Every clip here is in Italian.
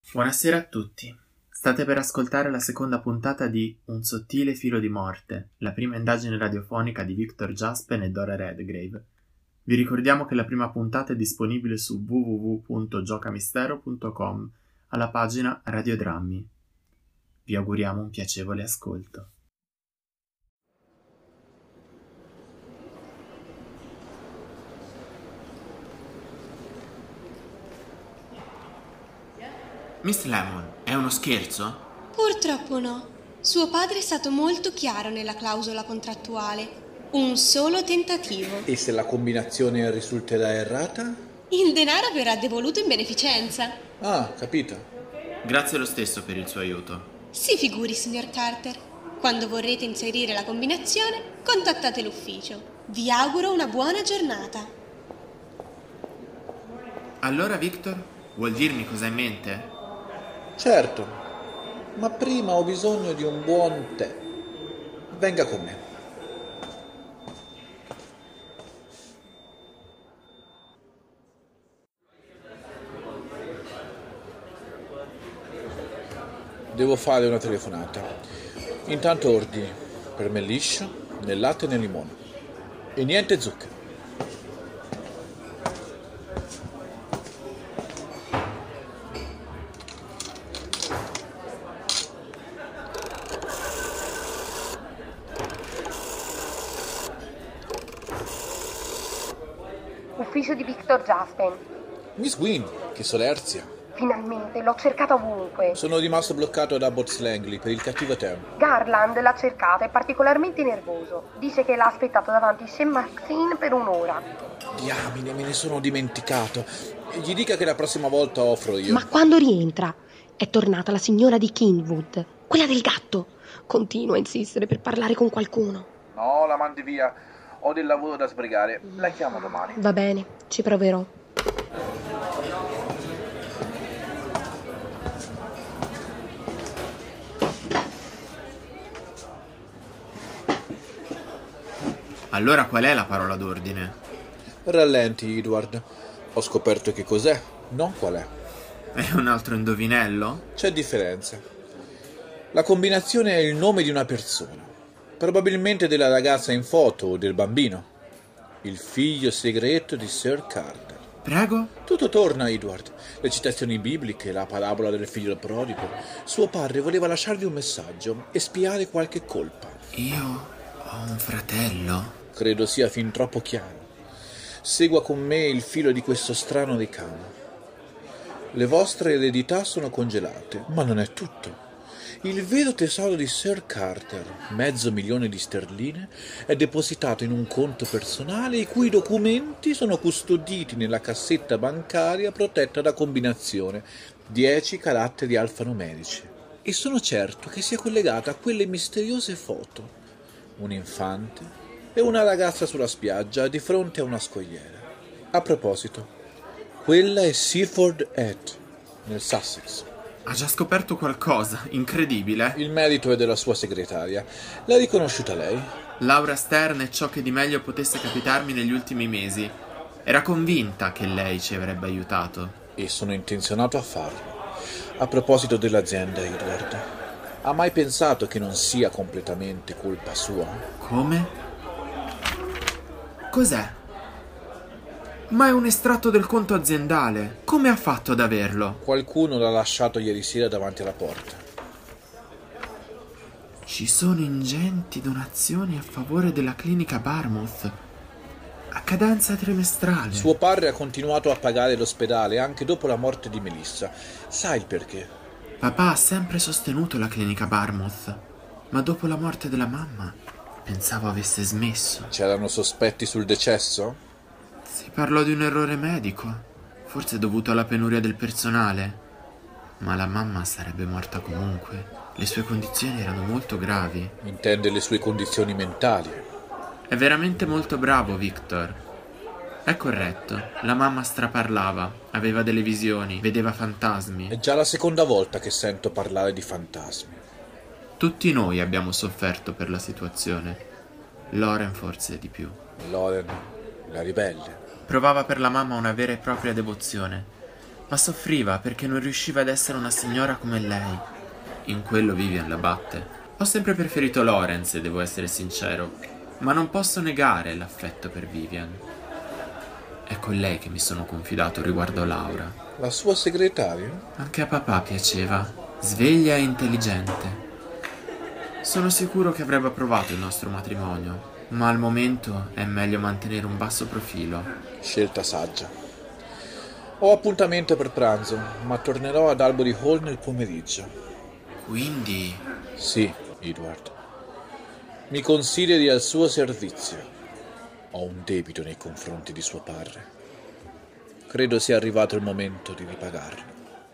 Buonasera a tutti. State per ascoltare la seconda puntata di Un sottile filo di morte, la prima indagine radiofonica di Victor Jaspen e Dora Redgrave. Vi ricordiamo che la prima puntata è disponibile su www.giocamistero.com alla pagina Radiodrammi. Vi auguriamo un piacevole ascolto. Miss Lemon, è uno scherzo? Purtroppo no. Suo padre è stato molto chiaro nella clausola contrattuale. Un solo tentativo. E se la combinazione risulterà errata? Il denaro verrà devoluto in beneficenza. Ah, capito. Grazie lo stesso per il suo aiuto. Si figuri, signor Carter. Quando vorrete inserire la combinazione, contattate l'ufficio. Vi auguro una buona giornata. Allora, Victor, vuol dirmi cosa hai in mente? Certo, ma prima ho bisogno di un buon tè. Venga con me. Devo fare una telefonata. Intanto ordini per me liscio, nel latte e nel limone. E niente zucchero. Ufficio di Victor Jaspen. Miss Gwyn, che solerzia. Finalmente, l'ho cercata ovunque. Sono rimasto bloccato da Abbott Langley per il cattivo tempo. Garland l'ha cercata, è particolarmente nervoso. Dice che l'ha aspettato davanti Shane Maxine per un'ora. Diamine, me ne sono dimenticato. Gli dica che la prossima volta offro io. Ma quando rientra? È tornata la signora di Kingwood, quella del gatto. Continua a insistere per parlare con qualcuno. No, la mandi via. Ho del lavoro da sbrigare. La chiamo domani. Va bene, ci proverò. Allora qual è la parola d'ordine? Rallenti, Edward. Ho scoperto che cos'è, non qual è. È un altro indovinello? C'è differenza. La combinazione è il nome di una persona. Probabilmente della ragazza in foto o del bambino. Il figlio segreto di Sir Carter. Prego? Tutto torna, Edward. Le citazioni bibliche, la parabola del figlio prodigo. Suo padre voleva lasciargli un messaggio e spiare qualche colpa. Io ho un fratello. Credo sia fin troppo chiaro. Segua con me il filo di questo strano ricamo. Le vostre eredità sono congelate, ma non è tutto. Il vero tesoro di Sir Carter, $500,000 di sterline, è depositato in un conto personale i cui documenti sono custoditi nella cassetta bancaria protetta da combinazione, 10 caratteri alfanumerici. E sono certo che sia collegata a quelle misteriose foto. Un infante e una ragazza sulla spiaggia di fronte a una scogliera. A proposito, quella è Seaford Head, nel Sussex. Ha già scoperto qualcosa, incredibile. Il merito è della sua segretaria. L'ha riconosciuta lei? Laura Stern è ciò che di meglio potesse capitarmi negli ultimi mesi. Era convinta che lei ci avrebbe aiutato. E sono intenzionato a farlo. A proposito dell'azienda, Edward, ha mai pensato che non sia completamente colpa sua? Come? Cos'è? Ma è un estratto del conto aziendale. Come ha fatto ad averlo? Qualcuno l'ha lasciato ieri sera davanti alla porta. Ci sono ingenti donazioni a favore della clinica Barmouth. A cadenza trimestrale. Suo padre ha continuato a pagare l'ospedale anche dopo la morte di Melissa. Sa il perché? Papà ha sempre sostenuto la clinica Barmouth, ma dopo la morte della mamma pensavo avesse smesso. C'erano sospetti sul decesso? Si parlò di un errore medico, forse dovuto alla penuria del personale, ma la mamma sarebbe morta comunque. Le sue condizioni erano molto gravi. Intende le sue condizioni mentali. È veramente molto bravo, Victor. È corretto, la mamma straparlava, aveva delle visioni, vedeva fantasmi. È già la seconda volta che sento parlare di fantasmi. Tutti noi abbiamo sofferto per la situazione. Lauren forse di più. Lauren, la ribelle. Provava per la mamma una vera e propria devozione. ma soffriva perché non riusciva ad essere una signora come lei. In quello Vivian la batte. Ho sempre preferito Lorenz, se devo essere sincero, ma non posso negare l'affetto per Vivian. È con lei che mi sono confidato riguardo Laura. La sua segretaria? Anche a papà piaceva, sveglia e intelligente. Sono sicuro che avrebbe approvato il nostro matrimonio, ma al momento è meglio mantenere un basso profilo. Scelta saggia. Ho appuntamento per pranzo, ma tornerò ad Albany Hall nel pomeriggio. Quindi... Sì, Edward. Mi consideri al suo servizio. Ho un debito nei confronti di suo padre. Credo sia arrivato il momento di ripagarlo.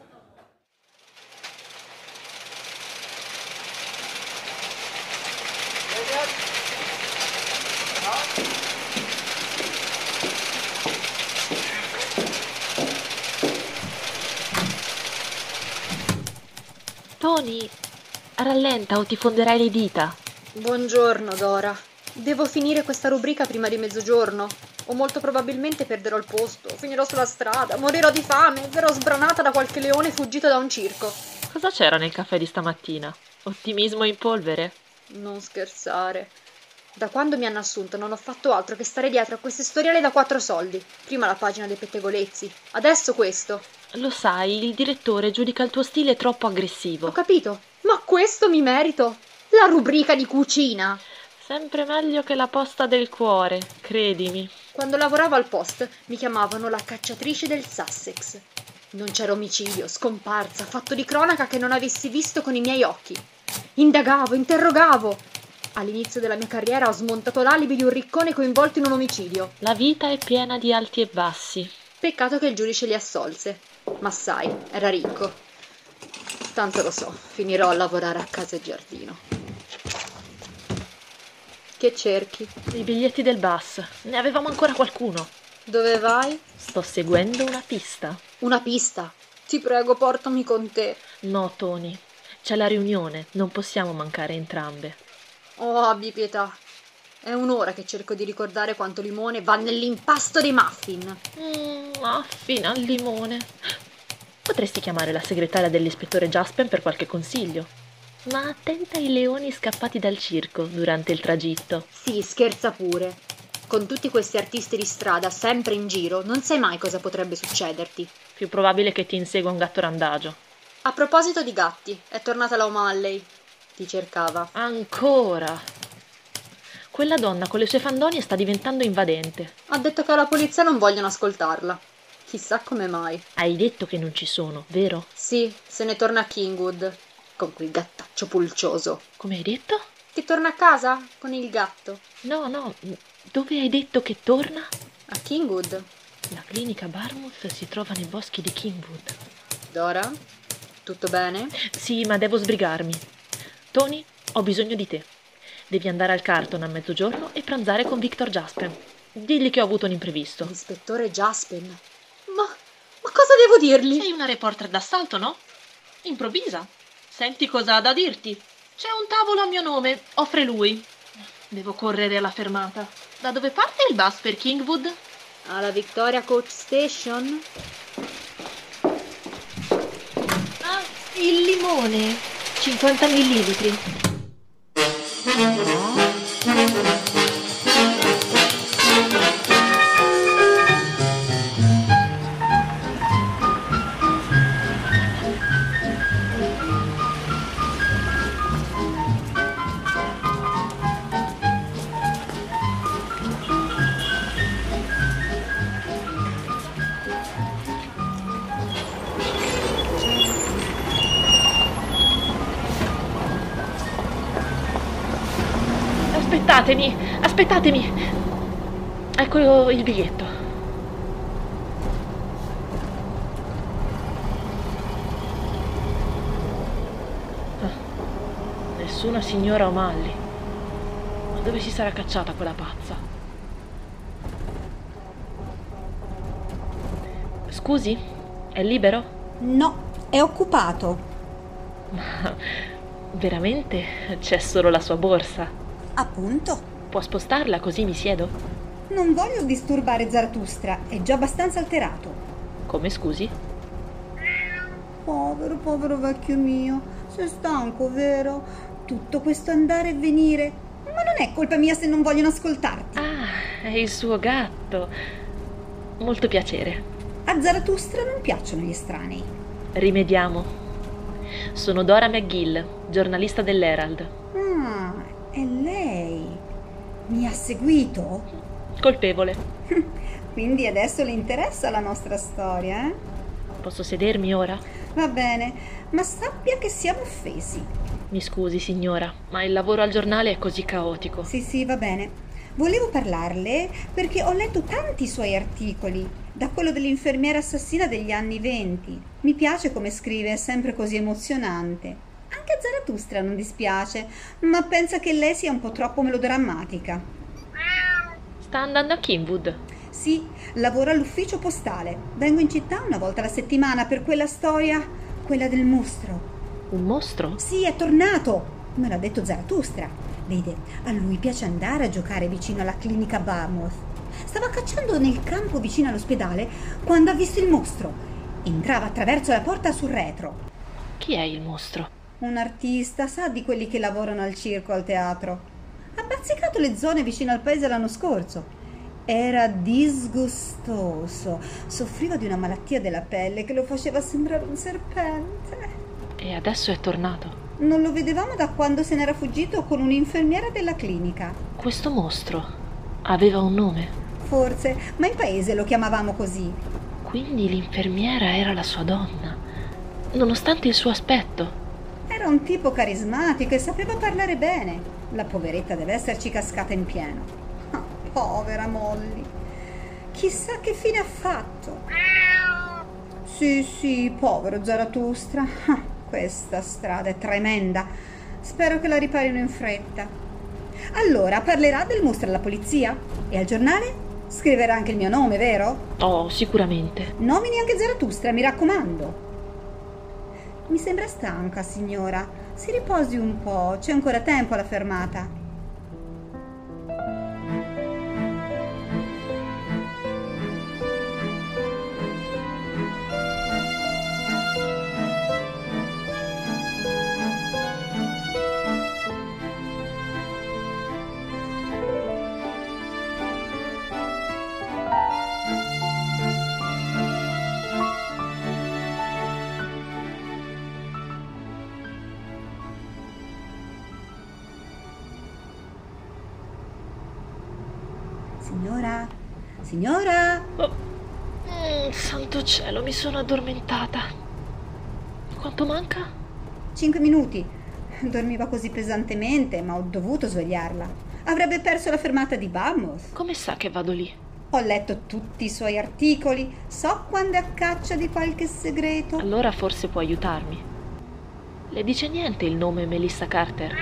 Tony, rallenta o ti fonderai le dita. Buongiorno, Dora. Devo finire questa rubrica prima di mezzogiorno, o molto probabilmente perderò il posto, finirò sulla strada, morirò di fame, verrò sbranata da qualche leone fuggito da un circo. Cosa c'era nel caffè di stamattina? Ottimismo in polvere? Non scherzare. Da quando mi hanno assunto non ho fatto altro che stare dietro a questo storiale da 4 soldi. Prima la pagina dei pettegolezzi, adesso questo. Lo sai, il direttore giudica il tuo stile troppo aggressivo. Ho capito, ma questo mi merito? La rubrica di cucina! Sempre meglio che la posta del cuore, credimi. Quando lavoravo al Post mi chiamavano la cacciatrice del Sussex. Non c'era omicidio, scomparsa, fatto di cronaca che non avessi visto con i miei occhi. Indagavo, interrogavo. All'inizio della mia carriera ho smontato l'alibi di un riccone coinvolto in un omicidio. La vita è piena di alti e bassi. Peccato che il giudice li assolse. Ma sai, era ricco. Tanto lo so, finirò a lavorare a casa e giardino. Che cerchi? I biglietti del bus. Ne avevamo ancora qualcuno. Dove vai? Sto seguendo una pista. Una pista? Ti prego, portami con te. No, Tony. C'è la riunione. Non possiamo mancare entrambe. Oh, abbi pietà. È un'ora che cerco di ricordare quanto limone va nell'impasto dei muffin. Muffin al limone. Potresti chiamare la segretaria dell'ispettore Jaspen per qualche consiglio. Ma attenta ai leoni scappati dal circo durante il tragitto. Sì, scherza pure. Con tutti questi artisti di strada sempre in giro, non sai mai cosa potrebbe succederti. Più probabile che ti insegua un gatto randagio. A proposito di gatti, è tornata la O'Malley. Ti cercava. Ancora? Quella donna con le sue fandonie sta diventando invadente. Ha detto che alla polizia non vogliono ascoltarla. Chissà come mai. Hai detto che non ci sono, vero? Sì, se ne torna a Kingwood. Con quel gattaccio pulcioso. Come hai detto? Che torna a casa? Con il gatto. No, dove hai detto che torna? A Kingwood. La clinica Barmouth si trova nei boschi di Kingwood. Dora? Tutto bene? Sì, ma devo sbrigarmi. Tony, ho bisogno di te. Devi andare al Carlton a mezzogiorno e pranzare con Victor Jaspen. Digli che ho avuto un imprevisto. L'ispettore Jaspen? Ma cosa devo dirgli? Sei una reporter d'assalto, no? Improvvisa. Senti cosa ha da dirti. C'è un tavolo a mio nome, offre lui. Devo correre alla fermata. Da dove parte il bus per Kingwood? Alla Victoria Coach Station? Ah, il limone. 50 millilitri. Aspettatemi. Ecco il biglietto. Nessuna signora O'Malley. Ma dove si sarà cacciata quella pazza? Scusi, è libero? No, è occupato. Ma veramente c'è solo la sua borsa? Appunto. Può spostarla così mi siedo? Non voglio disturbare Zarathustra, è già abbastanza alterato. Come scusi? Povero vecchio mio, sei stanco, vero? Tutto questo andare e venire. Ma non è colpa mia se non vogliono ascoltarti. Ah, è il suo gatto. Molto piacere. A Zarathustra non piacciono gli estranei. Rimediamo. Sono Dora McGill, giornalista dell'Herald. Ah, è lei. Mi ha seguito? Colpevole. Quindi adesso le interessa la nostra storia, eh? Posso sedermi ora? Va bene, ma sappia che siamo offesi. Mi scusi, signora, ma il lavoro al giornale è così caotico. Sì, va bene. Volevo parlarle perché ho letto tanti suoi articoli, da quello dell'infermiera assassina degli anni '20. Mi piace come scrive, è sempre così emozionante. Anche a Zarathustra non dispiace, ma pensa che lei sia un po' troppo melodrammatica. Sta andando a Kinwood? Sì, lavoro all'ufficio postale. Vengo in città una volta alla settimana per quella storia, quella del mostro. Un mostro? Sì, è tornato, me l'ha detto Zarathustra. Vede, a lui piace andare a giocare vicino alla clinica Barmouth. Stava cacciando nel campo vicino all'ospedale quando ha visto il mostro. Entrava attraverso la porta sul retro. Chi è il mostro? Un artista, sa, di quelli che lavorano al circo, al teatro. Ha bazzicato le zone vicino al paese l'anno scorso. Era disgustoso. Soffriva di una malattia della pelle che lo faceva sembrare un serpente. E adesso è tornato? Non lo vedevamo da quando se n'era fuggito con un'infermiera della clinica. Questo mostro aveva un nome? Forse, ma in paese lo chiamavamo così. Quindi l'infermiera era la sua donna, nonostante il suo aspetto. Era un tipo carismatico e sapeva parlare bene. La poveretta deve esserci cascata in pieno. Ah, povera Molly. Chissà che fine ha fatto. Sì, povero Zarathustra. Questa strada è tremenda. Spero che la riparino in fretta. Allora, parlerà del mostro alla polizia? E al giornale? Scriverà anche il mio nome, vero? Oh, sicuramente. Nomini anche Zarathustra, mi raccomando. Mi sembra stanca, signora. Si riposi un po', c'è ancora tempo alla fermata. Signora? Oh. Santo cielo, mi sono addormentata. Quanto manca? 5 minuti. Dormiva così pesantemente, ma ho dovuto svegliarla. Avrebbe perso la fermata di Barmouth. Come sa che vado lì? Ho letto tutti i suoi articoli. So quando è a caccia di qualche segreto. Allora forse può aiutarmi. Le dice niente il nome Melissa Carter?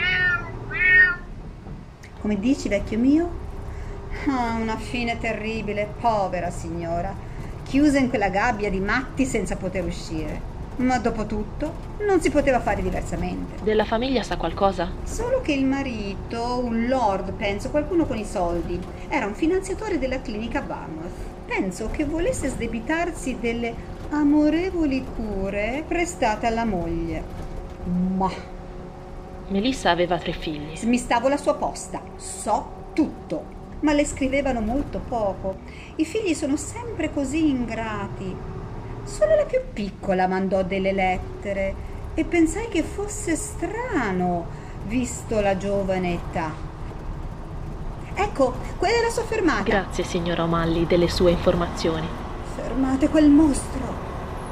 Come dici, vecchio mio? Ah, una fine terribile, povera signora, chiusa in quella gabbia di matti senza poter uscire. Ma dopo tutto non si poteva fare diversamente. Della famiglia sa qualcosa? Solo che il marito, un lord, penso, qualcuno con i soldi, era un finanziatore della clinica Barmouth. Penso che volesse sdebitarsi delle amorevoli cure prestate alla moglie. Ma Melissa aveva 3 figli. smistavo la sua posta, so tutto. Ma le scrivevano molto poco. I figli sono sempre così ingrati. Solo la più piccola mandò delle lettere e pensai che fosse strano, visto la giovane età. Ecco, quella è la sua fermata. Grazie, signora O'Malley, delle sue informazioni. Fermate quel mostro.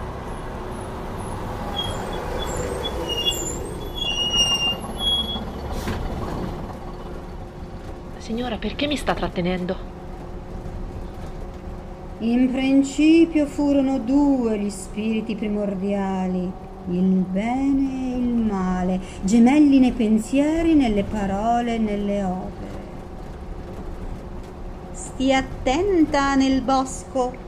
Signora, perché mi sta trattenendo? In principio furono 2 gli spiriti primordiali, il bene e il male, gemelli nei pensieri, nelle parole e nelle opere. Stia attenta nel bosco.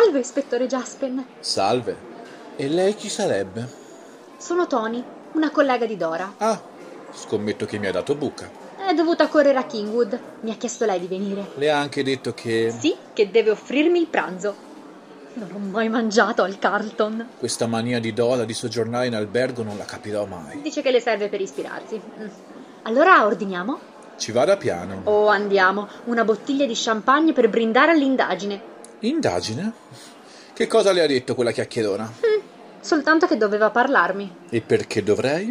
Salve, ispettore Jaspen. Salve. E lei chi sarebbe? Sono Tony, una collega di Dora. Ah, scommetto che mi ha dato buca. È dovuta correre a Kingwood. Mi ha chiesto lei di venire. Le ha anche detto che... Sì, che deve offrirmi il pranzo. Non ho mai mangiato al Carlton. Questa mania di Dora di soggiornare in albergo non la capirò mai. Dice che le serve per ispirarsi. Allora ordiniamo? Ci vada piano. Oh, andiamo. Una bottiglia di champagne per brindare all'indagine. Indagine? Che cosa le ha detto quella chiacchierona? Soltanto che doveva parlarmi. E perché dovrei?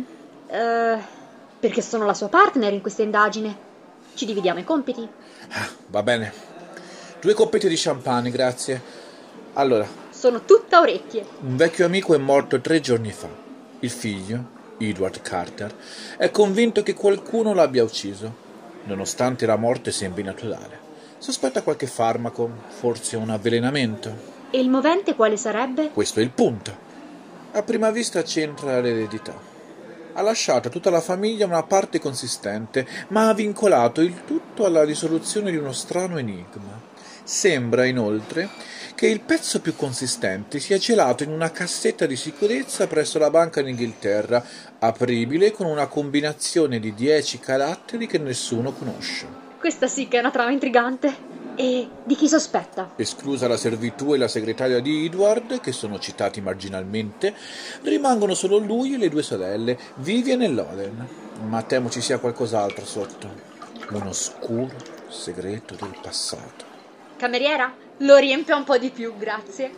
Perché sono la sua partner in questa indagine. Ci dividiamo i compiti. Va bene. 2 coppette di champagne, grazie. Allora, sono tutta orecchie. Un vecchio amico è morto 3 giorni fa. Il figlio, Edward Carter, è convinto che qualcuno l'abbia ucciso, nonostante la morte sembri naturale. Sospetta qualche farmaco, forse un avvelenamento. E il movente quale sarebbe? Questo è il punto. A prima vista c'entra l'eredità. Ha lasciato a tutta la famiglia una parte consistente, ma ha vincolato il tutto alla risoluzione di uno strano enigma. Sembra, inoltre, che il pezzo più consistente sia gelato in una cassetta di sicurezza presso la banca in Inghilterra, apribile con una combinazione di 10 caratteri che nessuno conosce. Questa sì che è una trama intrigante. E di chi sospetta? Esclusa la servitù e la segretaria di Edward, che sono citati marginalmente, rimangono solo lui e le 2 sorelle, Vivian e Lauren. Ma temo ci sia qualcos'altro sotto. Un oscuro segreto del passato. Cameriera? Lo riempia un po' di più, grazie.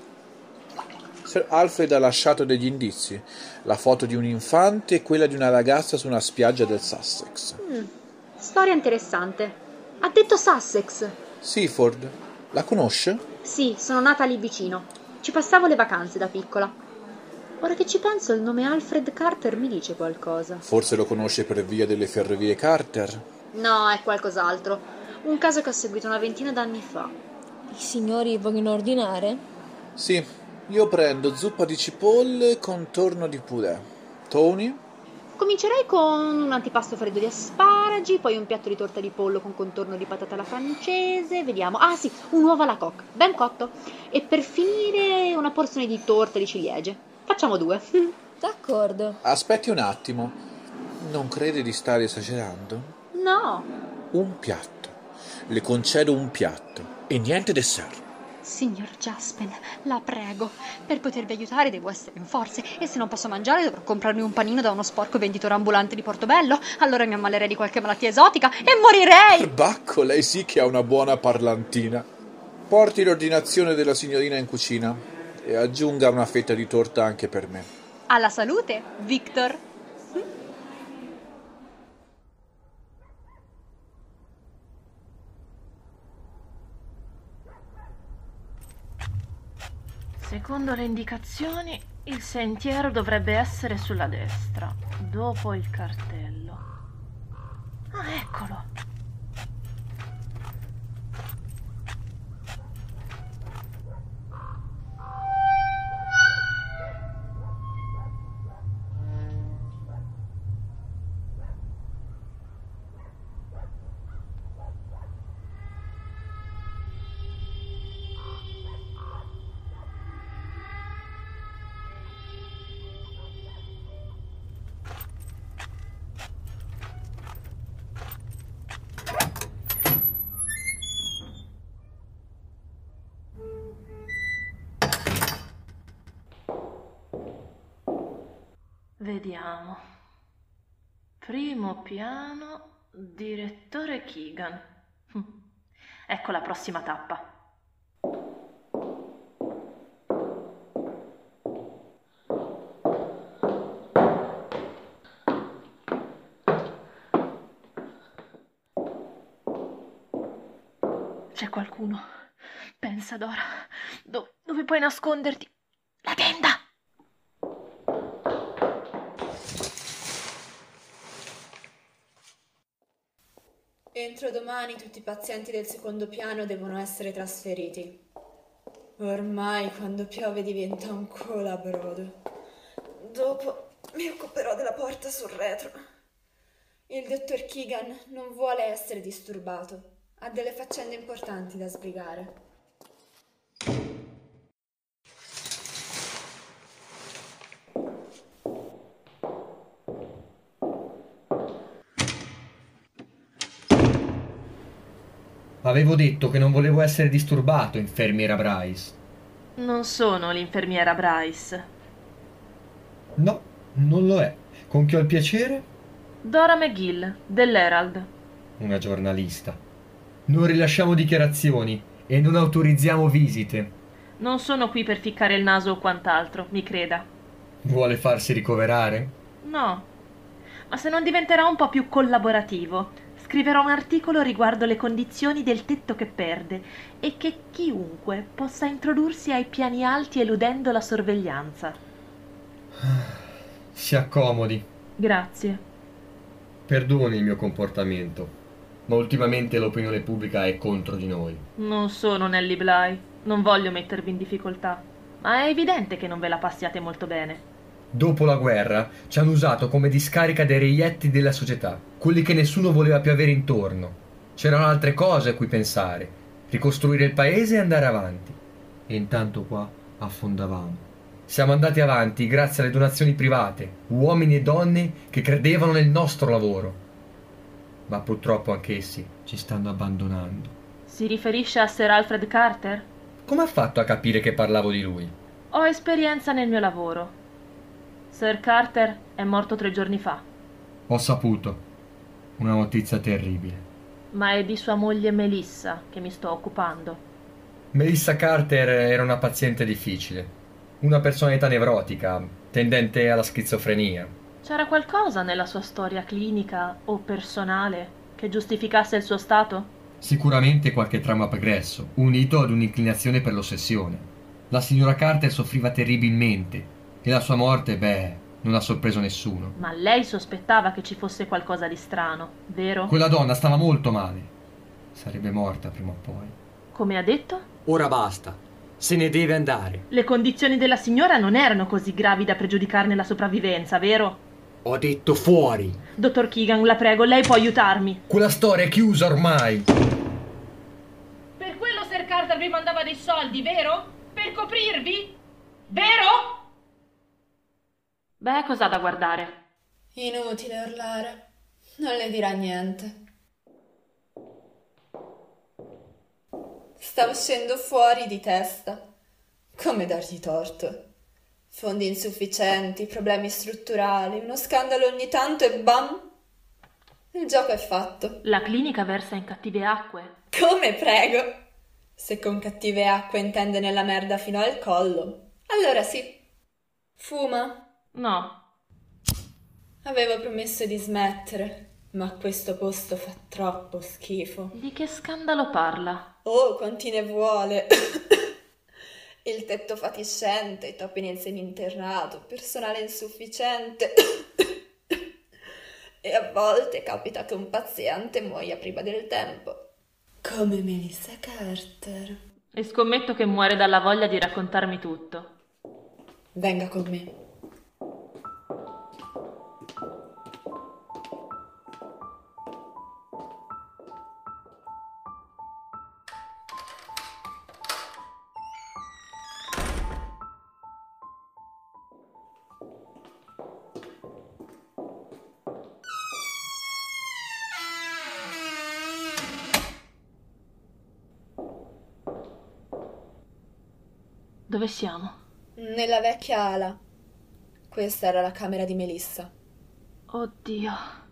Sir Alfred ha lasciato degli indizi. La foto di un infante e quella di una ragazza su una spiaggia del Sussex. Storia interessante. Ha detto Sussex. Seaford. La conosce? Sì, sono nata lì vicino. Ci passavo le vacanze da piccola. Ora che ci penso, il nome Alfred Carter mi dice qualcosa. Forse lo conosce per via delle ferrovie Carter? No, è qualcos'altro. Un caso che ho seguito una ventina d'anni fa. I signori vogliono ordinare? Sì, io prendo zuppa di cipolle e contorno di purè. Tony? Comincerei con un antipasto freddo di asparagi, poi un piatto di torta di pollo con contorno di patata alla francese, vediamo. Ah sì, un uovo alla coque, ben cotto. E per finire una porzione di torta di ciliegie. Facciamo 2. D'accordo. Aspetti un attimo. Non crede di stare esagerando? No. Un piatto. Le concedo un piatto. E niente dessert. Signor Jaspen, la prego, per potervi aiutare devo essere in forze e se non posso mangiare dovrò comprarmi un panino da uno sporco venditore ambulante di Portobello, allora mi ammalerei di qualche malattia esotica e morirei! Bacco, lei sì che ha una buona parlantina. Porti l'ordinazione della signorina in cucina e aggiunga una fetta di torta anche per me. Alla salute, Victor! Secondo le indicazioni, il sentiero dovrebbe essere sulla destra, dopo il cartello. Ah, eccolo! Vediamo. Primo piano, direttore Keegan. Ecco la prossima tappa. C'è qualcuno. Pensa, Dora. Dove puoi nasconderti? La tenda! Entro domani tutti i pazienti del secondo piano devono essere trasferiti. Ormai quando piove diventa un colabrodo. Dopo mi occuperò della porta sul retro. Il dottor Keegan non vuole essere disturbato. Ha delle faccende importanti da sbrigare. Avevo detto che non volevo essere disturbato, infermiera Bryce. Non sono l'infermiera Bryce. No, non lo è. Con chi ho il piacere? Dora McGill, dell'Herald. Una giornalista. Non rilasciamo dichiarazioni e non autorizziamo visite. Non sono qui per ficcare il naso o quant'altro, mi creda. Vuole farsi ricoverare? No, ma se non diventerà un po' più collaborativo, scriverò un articolo riguardo le condizioni del tetto che perde e che chiunque possa introdursi ai piani alti eludendo la sorveglianza. Si accomodi. Grazie. Perdoni il mio comportamento, ma ultimamente l'opinione pubblica è contro di noi. Non sono Nellie Bly, non voglio mettervi in difficoltà, ma è evidente che non ve la passiate molto bene. Dopo la guerra ci hanno usato come discarica dei reietti della società, quelli che nessuno voleva più avere intorno. C'erano altre cose a cui pensare, ricostruire il paese e andare avanti. E intanto qua affondavamo. Siamo andati avanti grazie alle donazioni private, uomini e donne che credevano nel nostro lavoro. Ma purtroppo anch'essi ci stanno abbandonando. Si riferisce a Sir Alfred Carter? Come ha fatto a capire che parlavo di lui? Ho esperienza nel mio lavoro. Sir Carter è morto 3 giorni fa. Ho saputo. Una notizia terribile. Ma è di sua moglie Melissa che mi sto occupando. Melissa Carter era una paziente difficile. Una personalità nevrotica, tendente alla schizofrenia. C'era qualcosa nella sua storia clinica o personale che giustificasse il suo stato? Sicuramente qualche trauma pregresso, unito ad un'inclinazione per l'ossessione. La signora Carter soffriva terribilmente e la sua morte, non ha sorpreso nessuno. Ma lei sospettava che ci fosse qualcosa di strano, vero? Quella donna stava molto male. Sarebbe morta prima o poi. Come ha detto? Ora basta. Se ne deve andare. Le condizioni della signora non erano così gravi da pregiudicarne la sopravvivenza, vero? Ho detto fuori. Dottor Keegan, la prego, lei può aiutarmi. Quella storia è chiusa ormai. Per quello Sir Carter vi mandava dei soldi, vero? Per coprirvi? Vero? Beh, cos'ha da guardare? Inutile urlare. Non le dirà niente. Sta uscendo fuori di testa. Come dargli torto? Fondi insufficienti, problemi strutturali, uno scandalo ogni tanto e bam! Il gioco è fatto. La clinica versa in cattive acque. Come, prego? Se con cattive acque intende nella merda fino al collo, allora sì. Fuma? No. Avevo promesso di smettere, ma questo posto fa troppo schifo. Di che scandalo parla? Oh, quanti ne vuole! Il tetto fatiscente, i topi nel seminterrato, personale insufficiente. E a volte capita che un paziente muoia prima del tempo. Come Melissa Carter. E scommetto che muore dalla voglia di raccontarmi tutto. Venga con me. Dove siamo? Nella vecchia ala. Questa era la camera di Melissa. Oddio.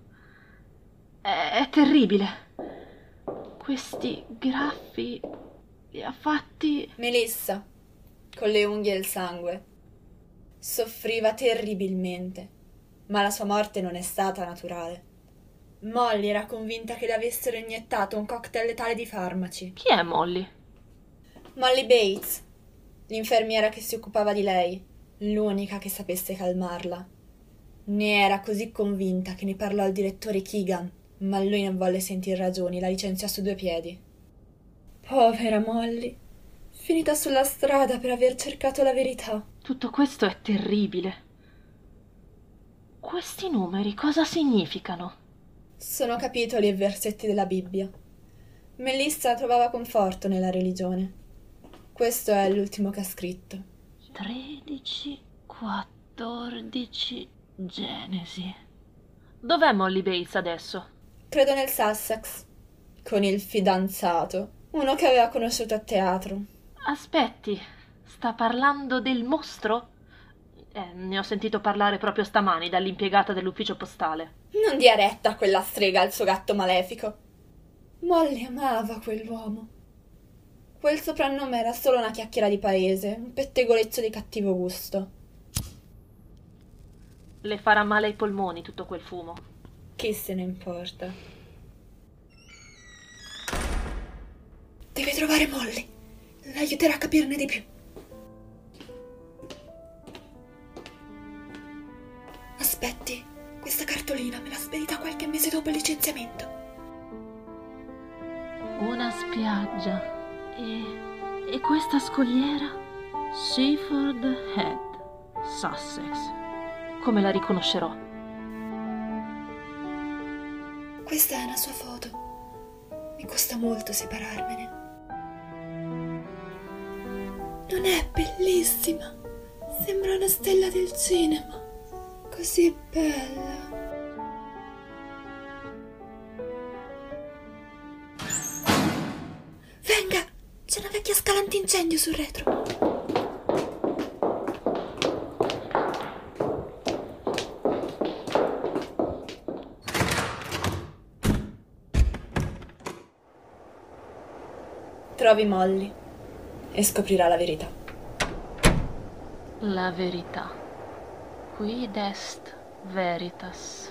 È terribile. Questi graffi li ha fatti... Melissa, con le unghie e il sangue. Soffriva terribilmente, ma la sua morte non è stata naturale. Molly era convinta che le avessero iniettato un cocktail letale di farmaci. Chi è Molly? Molly Bates, l'infermiera che si occupava di lei, l'unica che sapesse calmarla. Ne era così convinta che ne parlò al direttore Keegan, ma lui non volle sentir ragioni, la licenziò su 2 piedi. Povera Molly, finita sulla strada per aver cercato la verità. Tutto questo è terribile. Questi numeri cosa significano? Sono capitoli e versetti della Bibbia. Melissa trovava conforto nella religione. Questo è l'ultimo che ha scritto. 13, 14, Genesi. Dov'è Molly Bates adesso? Credo nel Sussex. Con il fidanzato, uno che aveva conosciuto a teatro. Aspetti, sta parlando del mostro? Ne ho sentito parlare proprio stamani dall'impiegata dell'ufficio postale. Non dia retta a quella strega al suo gatto malefico. Molly amava quell'uomo. Quel soprannome era solo una chiacchiera di paese, un pettegolezzo di cattivo gusto. Le farà male ai polmoni tutto quel fumo. Chi se ne importa? Deve trovare Molly. L'aiuterà a capirne di più. Aspetti, questa cartolina me l'ha spedita qualche mese dopo il licenziamento. Una spiaggia. E questa scogliera? Seaford Head, Sussex. Come la riconoscerò? Questa è una sua foto. Mi costa molto separarmene. Non è bellissima? Sembra una stella del cinema. Così bella. Venga! C'è una vecchia scala antincendio sul retro. Trovi Molly e scoprirà la verità. La verità. Quid est veritas.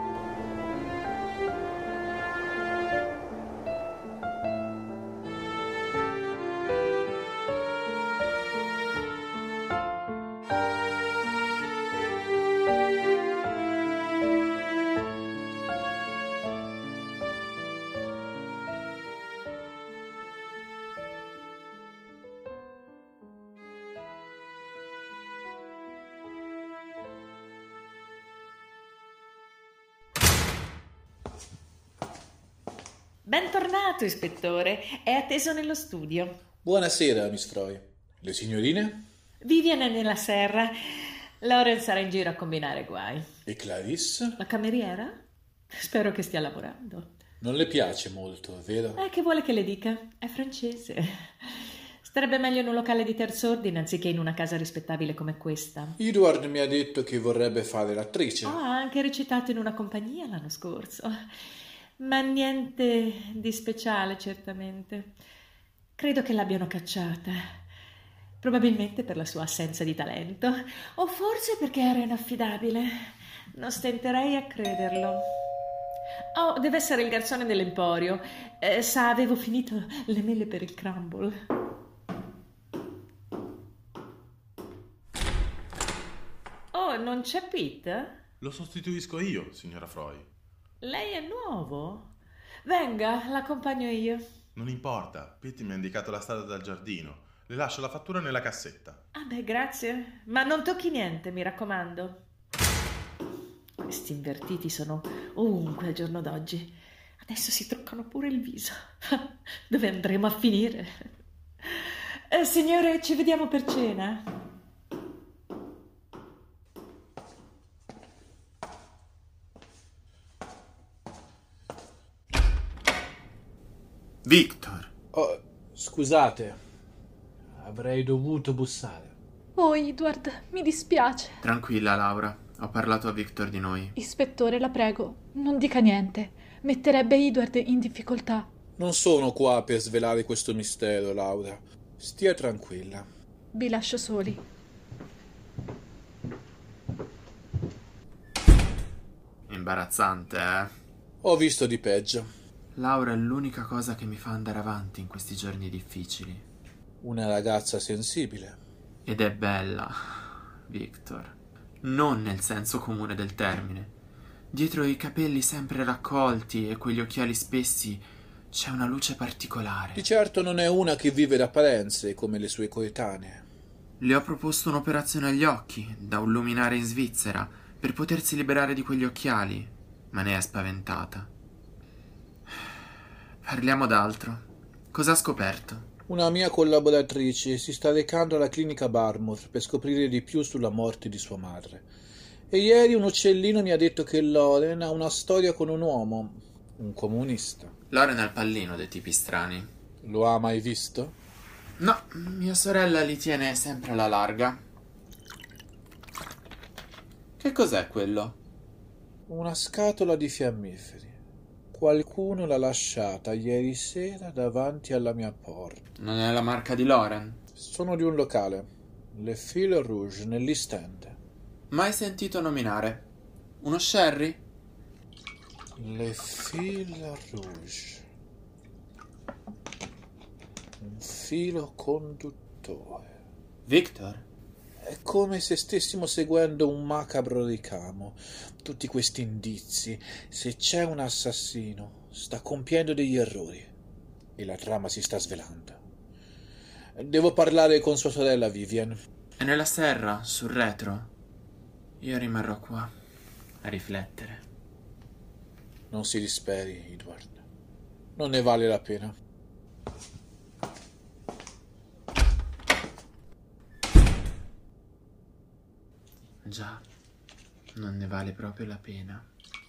Bentornato, ispettore. È atteso nello studio. Buonasera, Miss Froy. Le signorine? Vivian è nella serra. Lauren sarà in giro a combinare guai. E Clarisse? La cameriera? Spero che stia lavorando. Non le piace molto, vero? Che vuole che le dica? È francese. Starebbe meglio in un locale di terz'ordine anziché in una casa rispettabile come questa. Edward mi ha detto che vorrebbe fare l'attrice. Ha anche recitato in una compagnia l'anno scorso. Ma niente di speciale, certamente. Credo che l'abbiano cacciata. Probabilmente per la sua assenza di talento. O forse perché era inaffidabile. Non stenterei a crederlo. Oh, deve essere il garzone dell'emporio. Sa, avevo finito le mele per il crumble. Oh, non c'è Pete? Lo sostituisco io, signora Froy. Lei è nuovo? Venga, l'accompagno io. Non importa, Pete mi ha indicato la strada dal giardino. Le lascio la fattura nella cassetta. Ah beh, grazie. Ma non tocchi niente, mi raccomando. Questi invertiti sono ovunque al giorno d'oggi. Adesso si truccano pure il viso. Dove andremo a finire? Signore, ci vediamo per cena? Victor! Oh, scusate, avrei dovuto bussare. Oh, Edward, mi dispiace. Tranquilla, Laura, ho parlato a Victor di noi. Ispettore, la prego, non dica niente. Metterebbe Edward in difficoltà. Non sono qua per svelare questo mistero, Laura. Stia tranquilla. Vi lascio soli. Imbarazzante, eh? Ho visto di peggio. Laura è l'unica cosa che mi fa andare avanti in questi giorni difficili. Una ragazza sensibile. Ed è bella, Victor. Non nel senso comune del termine. Dietro i capelli sempre raccolti e quegli occhiali spessi c'è una luce particolare. Di certo non è una che vive d'apparenze come le sue coetanee. Le ho proposto un'operazione agli occhi, da un luminare in Svizzera, per potersi liberare di quegli occhiali, ma ne è spaventata. Parliamo d'altro. Cosa ha scoperto? Una mia collaboratrice si sta recando alla clinica Barmouth per scoprire di più sulla morte di sua madre. E ieri un uccellino mi ha detto che Lauren ha una storia con un uomo Un comunista. Loren al pallino dei tipi strani. Lo ha mai visto? No, mia sorella li tiene sempre alla larga. Che cos'è quello? Una scatola di fiammiferi. Qualcuno l'ha lasciata ieri sera davanti alla mia porta. Non è la marca di Loren? Sono di un locale, Le Fil Rouge, nell'East End. Mai sentito nominare? Uno sherry? Le Fil Rouge. Un filo conduttore. Victor? È come se stessimo seguendo un macabro ricamo. Tutti questi indizi. Se c'è un assassino, sta compiendo degli errori. E la trama si sta svelando. Devo parlare con sua sorella Vivian. È nella serra, sul retro. Io rimarrò qua, a riflettere. Non si disperi, Edward. Non ne vale la pena. Già, non ne vale proprio la pena.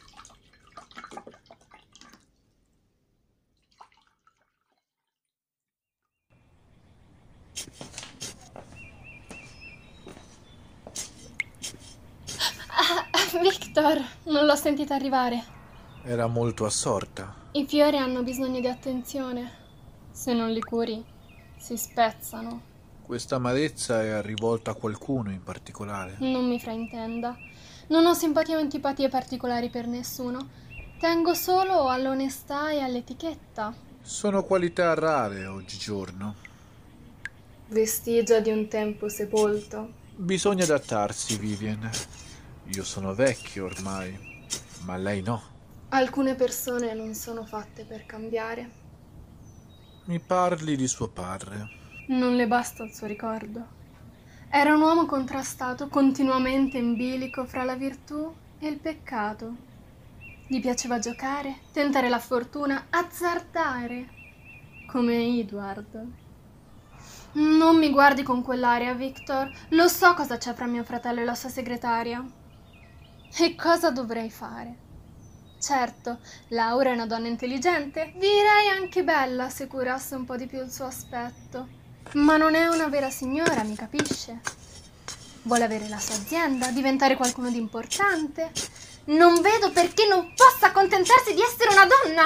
Victor, non l'ho sentita arrivare. Era molto assorta. I fiori hanno bisogno di attenzione. Se non li curi, si spezzano. Questa amarezza è rivolta a qualcuno in particolare? Non mi fraintenda. Non ho simpatie o antipatie particolari per nessuno. Tengo solo all'onestà e all'etichetta. Sono qualità rare oggigiorno. Vestigia di un tempo sepolto. Bisogna adattarsi, Vivian. Io sono vecchio ormai, ma lei no. Alcune persone non sono fatte per cambiare. Mi parli di suo padre. Non le basta il suo ricordo. Era un uomo contrastato, continuamente in bilico fra la virtù e il peccato. Gli piaceva giocare, tentare la fortuna, azzardare, come Edward. Non mi guardi con quell'aria, Victor. Lo so cosa c'è fra mio fratello e la sua segretaria. E cosa dovrei fare? Certo, Laura è una donna intelligente, direi anche bella se curasse un po' di più il suo aspetto. Ma non è una vera signora, mi capisce? Vuole avere la sua azienda, diventare qualcuno di importante. Non vedo perché non possa accontentarsi di essere una donna.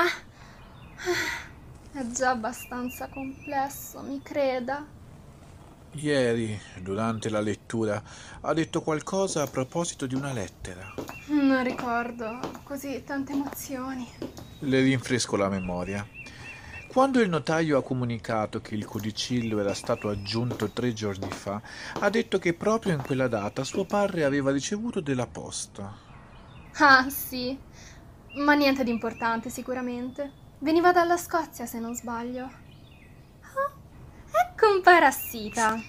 È già abbastanza complesso, mi creda. Ieri, durante la lettura, ha detto qualcosa a proposito di una lettera. Non ricordo, così tante emozioni. Le rinfresco la memoria. Quando il notaio ha comunicato che il codicillo era stato aggiunto 3 giorni fa, ha detto che proprio in quella data suo padre aveva ricevuto della posta. Ah, sì, ma niente di importante sicuramente. Veniva dalla Scozia, se non sbaglio. Oh, ecco un parassita.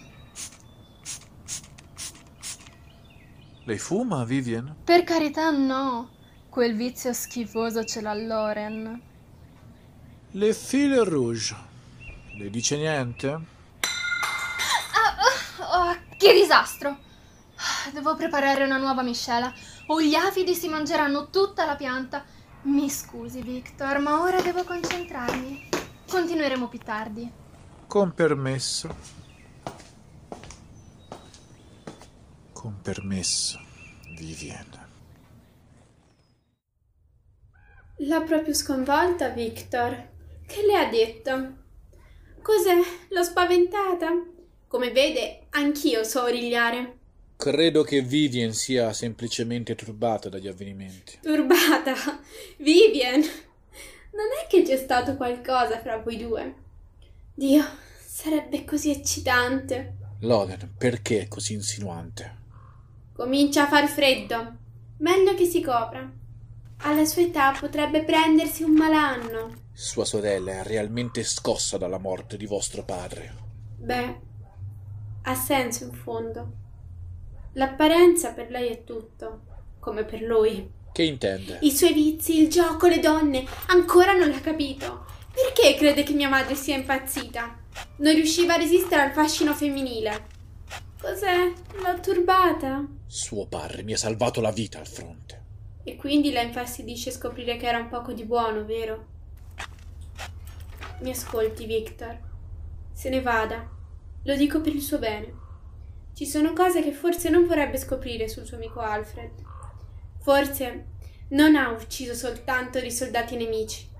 Lei fuma, Vivian? Per carità no, quel vizio schifoso ce l'ha Loren. Le Fil Rouge. Le dice niente? Che disastro! Devo preparare una nuova miscela o gli afidi si mangeranno tutta la pianta. Mi scusi, Victor, ma ora devo concentrarmi. Continueremo più tardi. Con permesso. Con permesso, Vivian. L'ha proprio sconvolta, Victor. Che le ha detto? Cos'è? L'ho spaventata? Come vede, anch'io so origliare. Credo che Vivian sia semplicemente turbata dagli avvenimenti. Turbata? Vivian? Non è che c'è stato qualcosa fra voi due? Dio, sarebbe così eccitante. Loren, perché è così insinuante? Comincia a far freddo. Meglio che si copra. Alla sua età potrebbe prendersi un malanno. Sua sorella è realmente scossa dalla morte di vostro padre. Beh, ha senso in fondo. L'apparenza per lei è tutto, come per lui. Che intende? I suoi vizi, il gioco, le donne, ancora non l'ha capito. Perché crede che mia madre sia impazzita? Non riusciva a resistere al fascino femminile. Cos'è? L'ho turbata? Suo padre mi ha salvato la vita al fronte. E quindi la infastidisce scoprire che era un poco di buono, vero? Mi ascolti, Victor. Se ne vada. Lo dico per il suo bene. Ci sono cose che forse non vorrebbe scoprire sul suo amico Alfred. Forse non ha ucciso soltanto dei soldati nemici.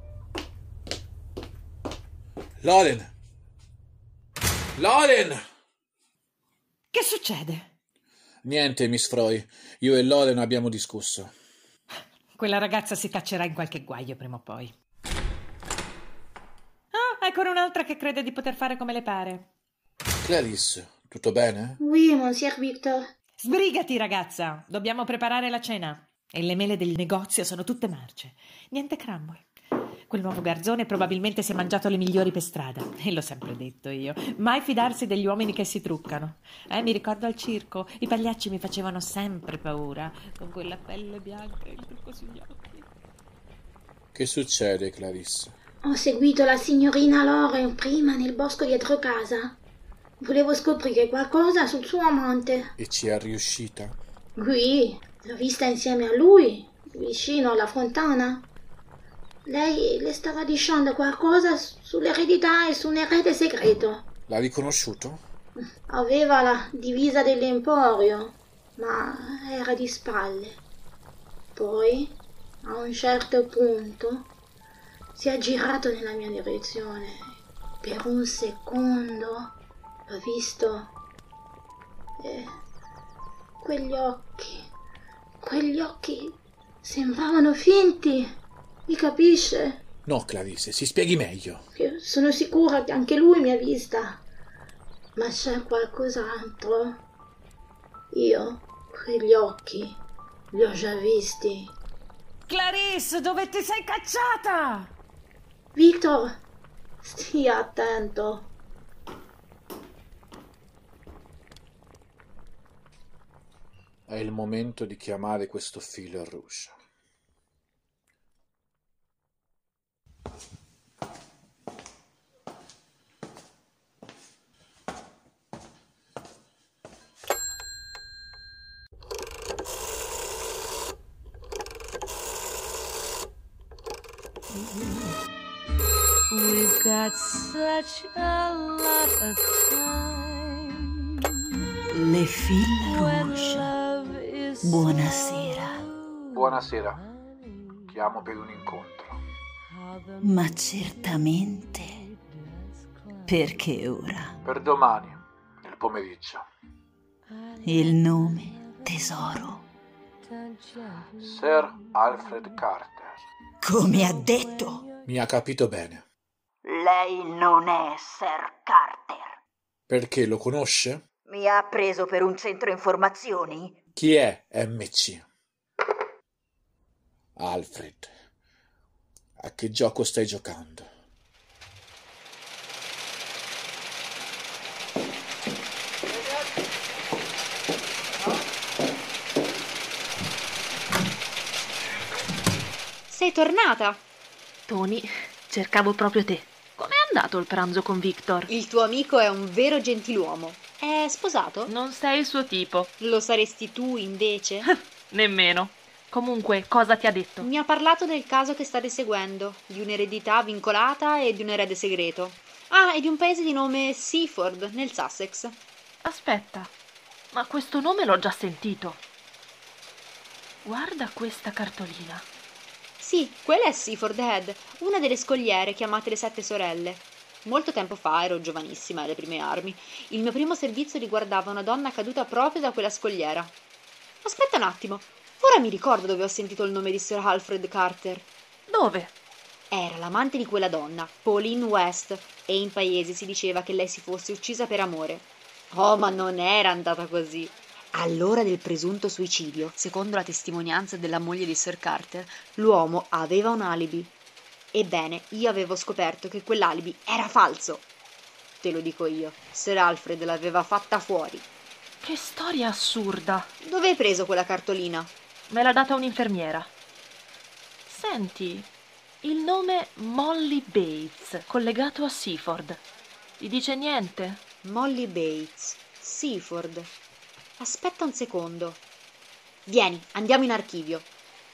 Loren! Loren! Che succede? Niente, Miss Froy. Io e Loren abbiamo discusso. Quella ragazza si caccerà in qualche guaio prima o poi. Ah, ancora un'altra che crede di poter fare come le pare. Clarice, tutto bene? Oui, Monsieur Victor. Sbrigati, ragazza. Dobbiamo preparare la cena. E le mele del negozio sono tutte marce. Niente crumble. Quel nuovo garzone probabilmente si è mangiato le migliori per strada. E l'ho sempre detto io. Mai fidarsi degli uomini che si truccano. Mi ricordo al circo. I pagliacci mi facevano sempre paura. Con quella pelle bianca e il trucco sugli occhi. Che succede, Clarice? Ho seguito la signorina Loren prima nel bosco dietro casa. Volevo scoprire qualcosa sul suo amante. E ci è riuscita? Oui, l'ho vista insieme a lui, vicino alla fontana. Lei le stava dicendo qualcosa sull'eredità e su un erede segreto. L'ha riconosciuto? Aveva la divisa dell'emporio, ma era di spalle. Poi, a un certo punto, si è girato nella mia direzione. Per un secondo l'ho visto e quegli occhi sembravano finti. Mi capisce? No, Clarice, si spieghi meglio. Io sono sicura che anche lui mi ha vista. Ma c'è qualcos'altro. Io quegli occhi li ho già visti. Clarice, dove ti sei cacciata? Victor, stia attento. È il momento di chiamare questo fil rouge. We've got such a lot of time. Le fil rouge. Buonasera. Buonasera. Chiamo per un incontro. Ma certamente. Perché ora? Per domani, nel pomeriggio. Il nome, tesoro? Sir Alfred Carter. Come ha detto? Mi ha capito bene. Lei non è Sir Carter. Perché lo conosce? Mi ha preso per un centro informazioni? Chi è MC? Alfred, a che gioco stai giocando? Sei tornata? Tony, cercavo proprio te. Com'è andato il pranzo con Victor? Il tuo amico è un vero gentiluomo. È sposato? Non sei il suo tipo. Lo saresti tu, invece? Nemmeno. Comunque, cosa ti ha detto? Mi ha parlato del caso che state seguendo, di un'eredità vincolata e di un erede segreto. Ah, e di un paese di nome Seaford, nel Sussex. Aspetta, ma questo nome l'ho già sentito. Guarda questa cartolina. Sì, quella è Seaford Head, una delle scogliere chiamate le Sette Sorelle. Molto tempo fa ero giovanissima alle prime armi. Il mio primo servizio riguardava una donna caduta proprio da quella scogliera. Aspetta un attimo, ora mi ricordo dove ho sentito il nome di Sir Alfred Carter. Dove? Era l'amante di quella donna, Pauline West, e in paese si diceva che lei si fosse uccisa per amore. Oh, ma non era andata così. All'ora del presunto suicidio, secondo la testimonianza della moglie di Sir Carter, l'uomo aveva un alibi. Ebbene, io avevo scoperto che quell'alibi era falso. Te lo dico io, Sir Alfred l'aveva fatta fuori. Che storia assurda. Dove hai preso quella cartolina? Me l'ha data un'infermiera. Senti, il nome Molly Bates, collegato a Seaford. Ti dice niente? Molly Bates, Seaford. Aspetta un secondo. Vieni, andiamo in archivio.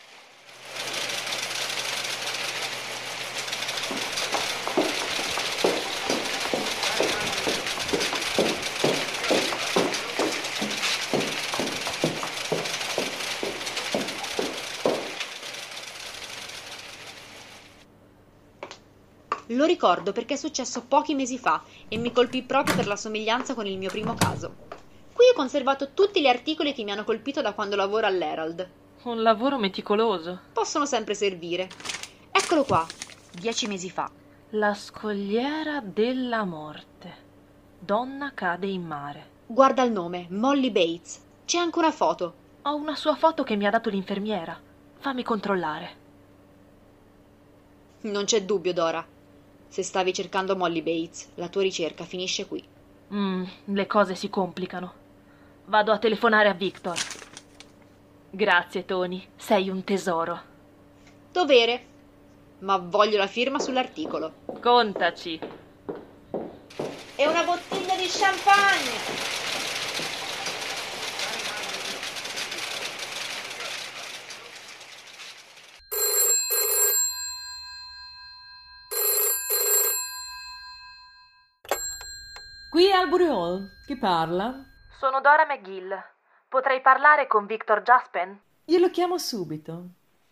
Lo ricordo perché è successo pochi mesi fa e mi colpì proprio per la somiglianza con il mio primo caso. Qui ho conservato tutti gli articoli che mi hanno colpito da quando lavoro all'Herald. Un lavoro meticoloso. Possono sempre servire. Eccolo qua, 10 mesi fa. La scogliera della morte. Donna cade in mare. Guarda il nome, Molly Bates. C'è anche una foto. Ho una sua foto che mi ha dato l'infermiera. Fammi controllare. Non c'è dubbio, Dora. Se stavi cercando Molly Bates, la tua ricerca finisce qui. Le cose si complicano. Vado a telefonare a Victor. Grazie, Tony. Sei un tesoro. Dovere. Ma voglio la firma sull'articolo. Contaci. E una bottiglia di champagne. Qui Albury Hall. Chi parla? Sono Dora McGill. Potrei parlare con Victor Jaspen? Glielo chiamo subito.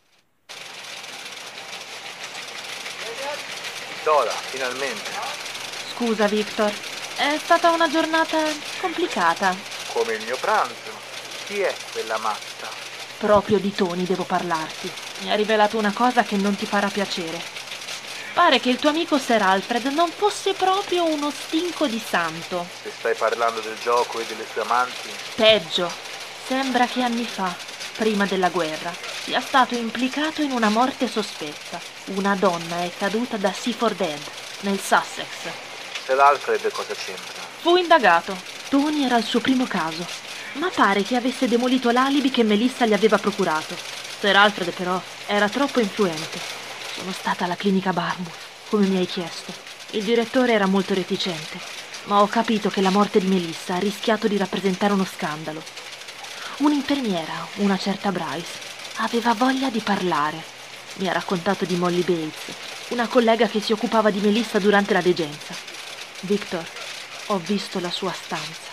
Dora, finalmente. Scusa, Victor. È stata una giornata complicata. Come il mio pranzo. Chi è quella matta? Proprio di Tony devo parlarti. Mi ha rivelato una cosa che non ti farà piacere. Pare che il tuo amico Sir Alfred non fosse proprio uno stinco di santo. Se stai parlando del gioco e delle sue amanti... Peggio. Sembra che anni fa, prima della guerra, sia stato implicato in una morte sospetta. Una donna è caduta da Seaford Head, nel Sussex. Sir Alfred cosa c'entra? Fu indagato. Tony era il suo primo caso, ma pare che avesse demolito l'alibi che Melissa gli aveva procurato. Sir Alfred però era troppo influente. Sono stata alla clinica Barmouth, come mi hai chiesto. Il direttore era molto reticente, ma ho capito che la morte di Melissa ha rischiato di rappresentare uno scandalo. Un'infermiera, una certa Bryce, aveva voglia di parlare. Mi ha raccontato di Molly Bates, una collega che si occupava di Melissa durante la degenza. Victor, ho visto la sua stanza.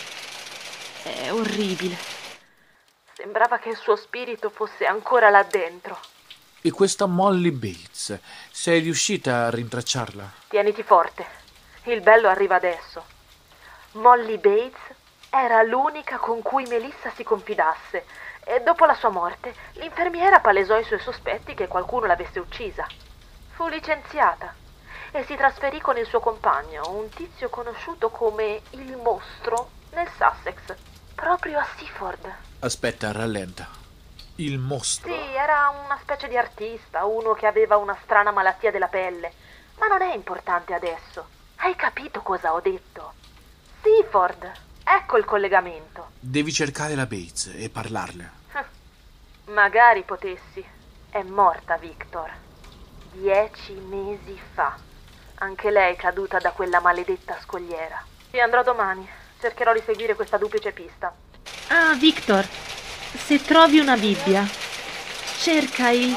È orribile. Sembrava che il suo spirito fosse ancora là dentro. E questa Molly Bates, sei riuscita a rintracciarla? Tieniti forte, il bello arriva adesso. Molly Bates era l'unica con cui Melissa si confidasse e dopo la sua morte l'infermiera palesò i suoi sospetti che qualcuno l'avesse uccisa. Fu licenziata e si trasferì con il suo compagno, un tizio conosciuto come il mostro nel Sussex, proprio a Seaford. Aspetta, rallenta. Il mostro? Sì, era una specie di artista, uno che aveva una strana malattia della pelle. Ma non è importante adesso. Hai capito cosa ho detto? Seaford, ecco il collegamento. Devi cercare la Bates e parlarle. Magari potessi. È morta, Victor. 10 mesi fa. Anche lei caduta da quella maledetta scogliera. Ci andrò domani. Cercherò di seguire questa duplice pista. Ah, Victor, se trovi una Bibbia, cerca il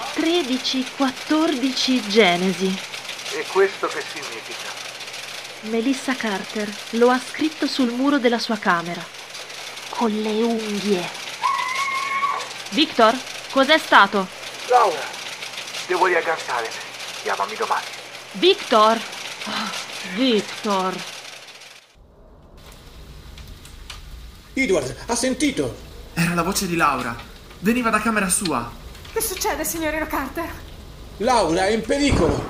13-14 Genesi. E questo che significa? Melissa Carter lo ha scritto sul muro della sua camera, con le unghie. Victor, cos'è stato? Laura, devo riagganciare. Chiamami domani. Victor! Victor! Edward, ha sentito? Era la voce di Laura. Veniva da camera sua. Che succede, signorina Carter? Laura è in pericolo.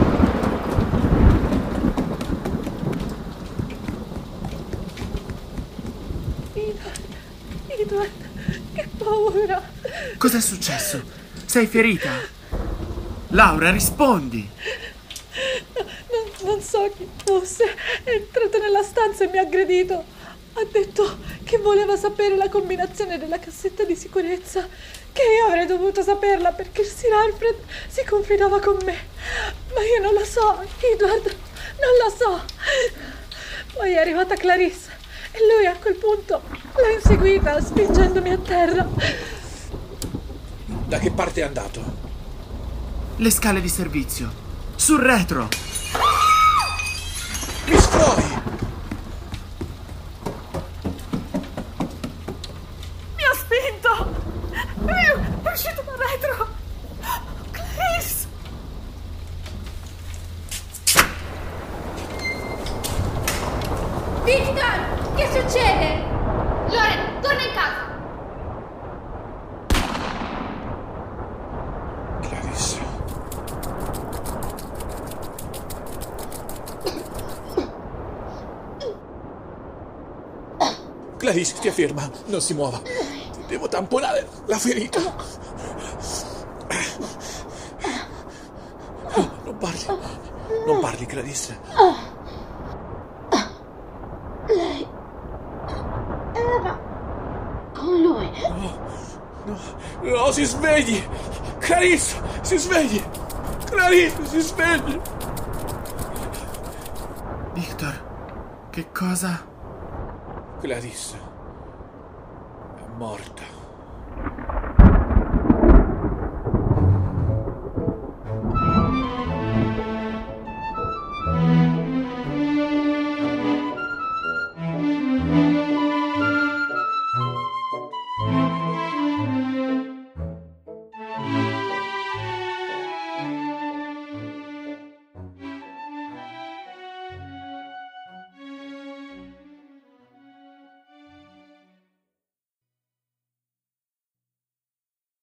Edward, che paura. Cos'è successo? Sei ferita? Laura, rispondi. Non so chi fosse. È entrato nella stanza e mi ha aggredito. Ha detto che voleva sapere la combinazione della cassetta di sicurezza, che io avrei dovuto saperla perché Sir Alfred si confidava con me. Ma io non la so, Edward, non la so. Poi è arrivata Clarissa e lui a quel punto l'ha inseguita spingendomi a terra. Da che parte è andato? Le scale di servizio. Sul retro. Miss Floy! È uscito da retro! Clarice! Victor, che succede? Loren, torna in casa. Clarisse. Clarisse, stia ferma, non si muova. Devo tamponare la ferita. Non parli, Clarisse. Lei era con lui. No, si svegli! Clarisse, si svegli! Clarisse, si svegli! Victor, che cosa? Clarisse è morta.